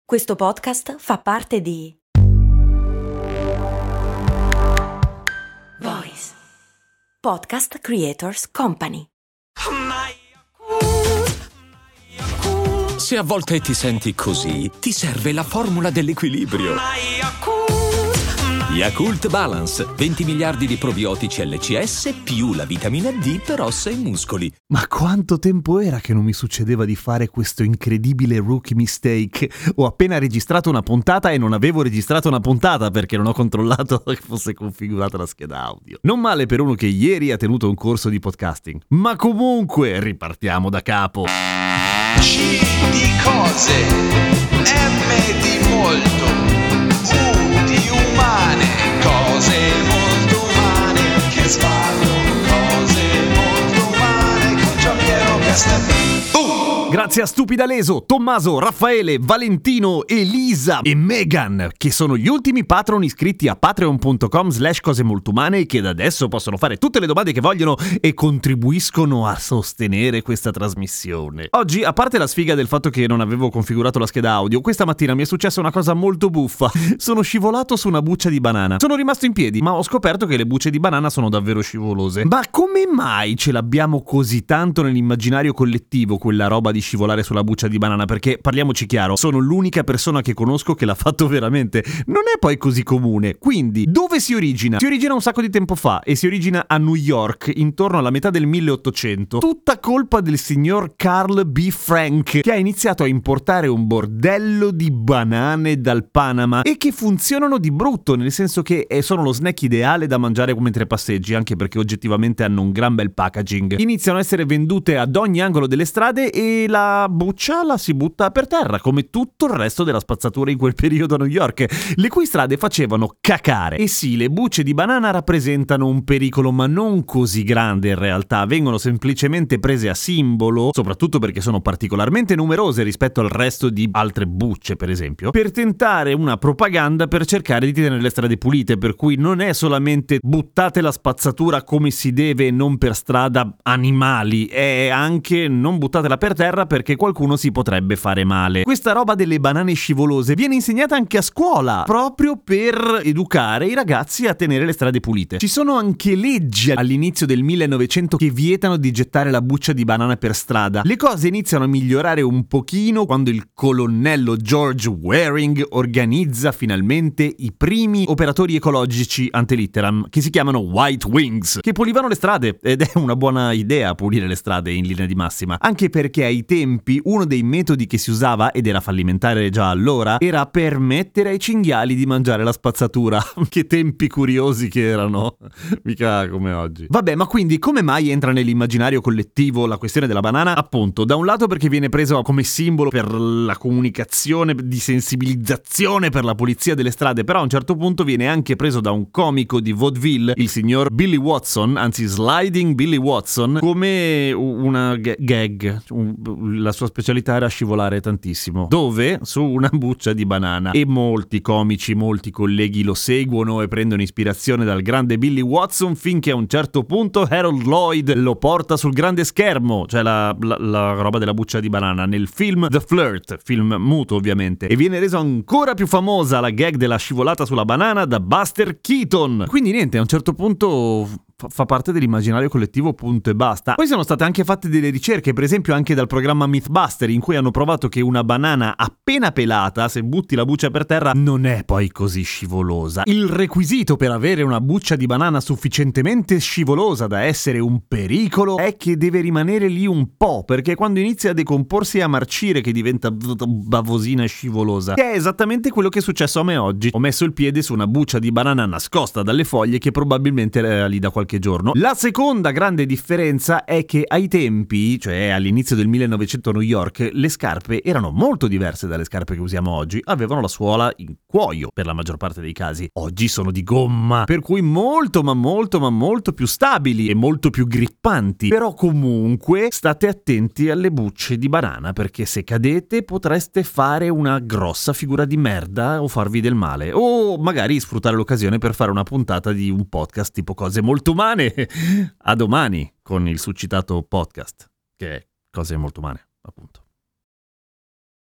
Questo podcast fa parte di Voice Podcast Creators Company. Se a volte ti senti così, ti serve la formula dell'equilibrio. Yakult Balance, 20 miliardi di probiotici LCS più la vitamina D per ossa e muscoli. Ma quanto tempo era che non mi succedeva di fare questo incredibile rookie mistake? Ho appena registrato una puntata e non avevo registrato una puntata perché non ho controllato che fosse configurata la scheda audio. Non male per uno che ieri ha tenuto un corso di podcasting. Ma comunque, ripartiamo da capo. C di cose, M di molto, U di umane, cose molto umane, che sbaglio, cose molto umane, con Giampiero Castel. Grazie a Stupida Leso, Tommaso, Raffaele, Valentino, Elisa e Megan, che sono gli ultimi patron iscritti a patreon.com/cosemoltumane e che da adesso possono fare tutte le domande che vogliono e contribuiscono a sostenere questa trasmissione. Oggi, a parte la sfiga del fatto che non avevo configurato la scheda audio, questa mattina mi è successa una cosa molto buffa. Sono scivolato su una buccia di banana. Sono rimasto in piedi, ma ho scoperto che le bucce di banana sono davvero scivolose. Ma come mai ce l'abbiamo così tanto nell'immaginario collettivo quella roba di scivolare sulla buccia di banana? Perché, parliamoci chiaro, sono l'unica persona che conosco che l'ha fatto veramente. Non è poi così comune. Quindi, dove si origina? Si origina un sacco di tempo fa e si origina a New York intorno alla metà del 1800. Tutta colpa del signor Carl B. Frank, che ha iniziato a importare un bordello di banane dal Panama e che funzionano di brutto, nel senso che sono lo snack ideale da mangiare mentre passeggi, anche perché oggettivamente hanno un gran bel packaging. Iniziano a essere vendute ad ogni angolo delle strade e la buccia la si butta per terra, come tutto il resto della spazzatura in quel periodo a New York, le cui strade facevano cacare. E sì, le bucce di banana rappresentano un pericolo, ma non così grande in realtà, vengono semplicemente prese a simbolo, soprattutto perché sono particolarmente numerose rispetto al resto di altre bucce, per esempio, per tentare una propaganda per cercare di tenere le strade pulite, per cui non è solamente buttate la spazzatura come si deve e non per strada animali, è anche non buttatela per terra perché qualcuno si potrebbe fare male. Questa roba delle banane scivolose viene insegnata anche a scuola, proprio per educare i ragazzi a tenere le strade pulite. Ci sono anche leggi all'inizio del 1900 che vietano di gettare la buccia di banana per strada. Le cose iniziano a migliorare un pochino quando il colonnello George Waring organizza finalmente i primi operatori ecologici ante litteram, che si chiamano White Wings, che pulivano le strade, ed è una buona idea pulire le strade in linea di massima, anche perché ai tempi uno dei metodi che si usava, ed era fallimentare già allora, era permettere ai cinghiali di mangiare la spazzatura. Che tempi curiosi che erano, mica come oggi. Vabbè, ma quindi come mai entra nell'immaginario collettivo la questione della banana? Appunto, da un lato perché viene preso come simbolo per la comunicazione di sensibilizzazione per la pulizia delle strade, però a un certo punto viene anche preso da un comico di vaudeville, il signor Billy Watson, anzi Sliding Billy Watson, come una gag. La sua specialità era scivolare tantissimo. Dove? Su una buccia di banana. E molti comici, molti colleghi lo seguono e prendono ispirazione dal grande Billy Watson, finché a un certo punto Harold Lloyd lo porta sul grande schermo, cioè la roba della buccia di banana, nel film The Flirt, film muto ovviamente, e viene reso ancora più famosa la gag della scivolata sulla banana da Buster Keaton. Quindi niente, a un certo punto fa parte dell'immaginario collettivo, punto e basta. Poi sono state anche fatte delle ricerche, per esempio anche dal programma Mythbuster, in cui hanno provato che una banana appena pelata, se butti la buccia per terra, non è poi così scivolosa. Il requisito per avere una buccia di banana sufficientemente scivolosa da essere un pericolo è che deve rimanere lì un po', perché quando inizia a decomporsi e a marcire che diventa bavosina e scivolosa, che è esattamente quello che è successo a me oggi. Ho messo il piede su una buccia di banana nascosta dalle foglie che probabilmente era lì da qualche giorno. La seconda grande differenza è che ai tempi, cioè all'inizio del 1900 a New York, le scarpe erano molto diverse dalle scarpe che usiamo oggi. Avevano la suola in cuoio per la maggior parte dei casi. Oggi sono di gomma, per cui molto più stabili e molto più grippanti. Però comunque state attenti alle bucce di banana, perché se cadete potreste fare una grossa figura di merda o farvi del male, o magari sfruttare l'occasione per fare una puntata di un podcast tipo Cose Molto Umane. A domani con il succitato podcast, che è Cose Molto Umane, appunto.